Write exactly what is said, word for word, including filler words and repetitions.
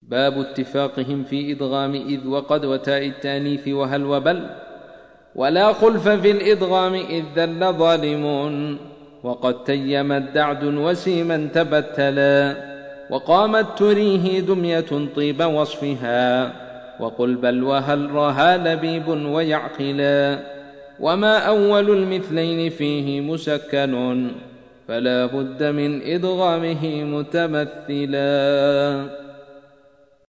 باب اتفاقهم في إدغام إذ وقد وتاء التانيث وهل وبل، ولا خلف في الإدغام إذ ذل ظالم، وقد تيمت دعد وسيما تبتلا، وقامت تريه دمية طيب وصفها، وقل بل وهل رها لبيب ويعقلا، وما أول المثلين فيه مسكن، فلا بد من إدغامه متمثلا.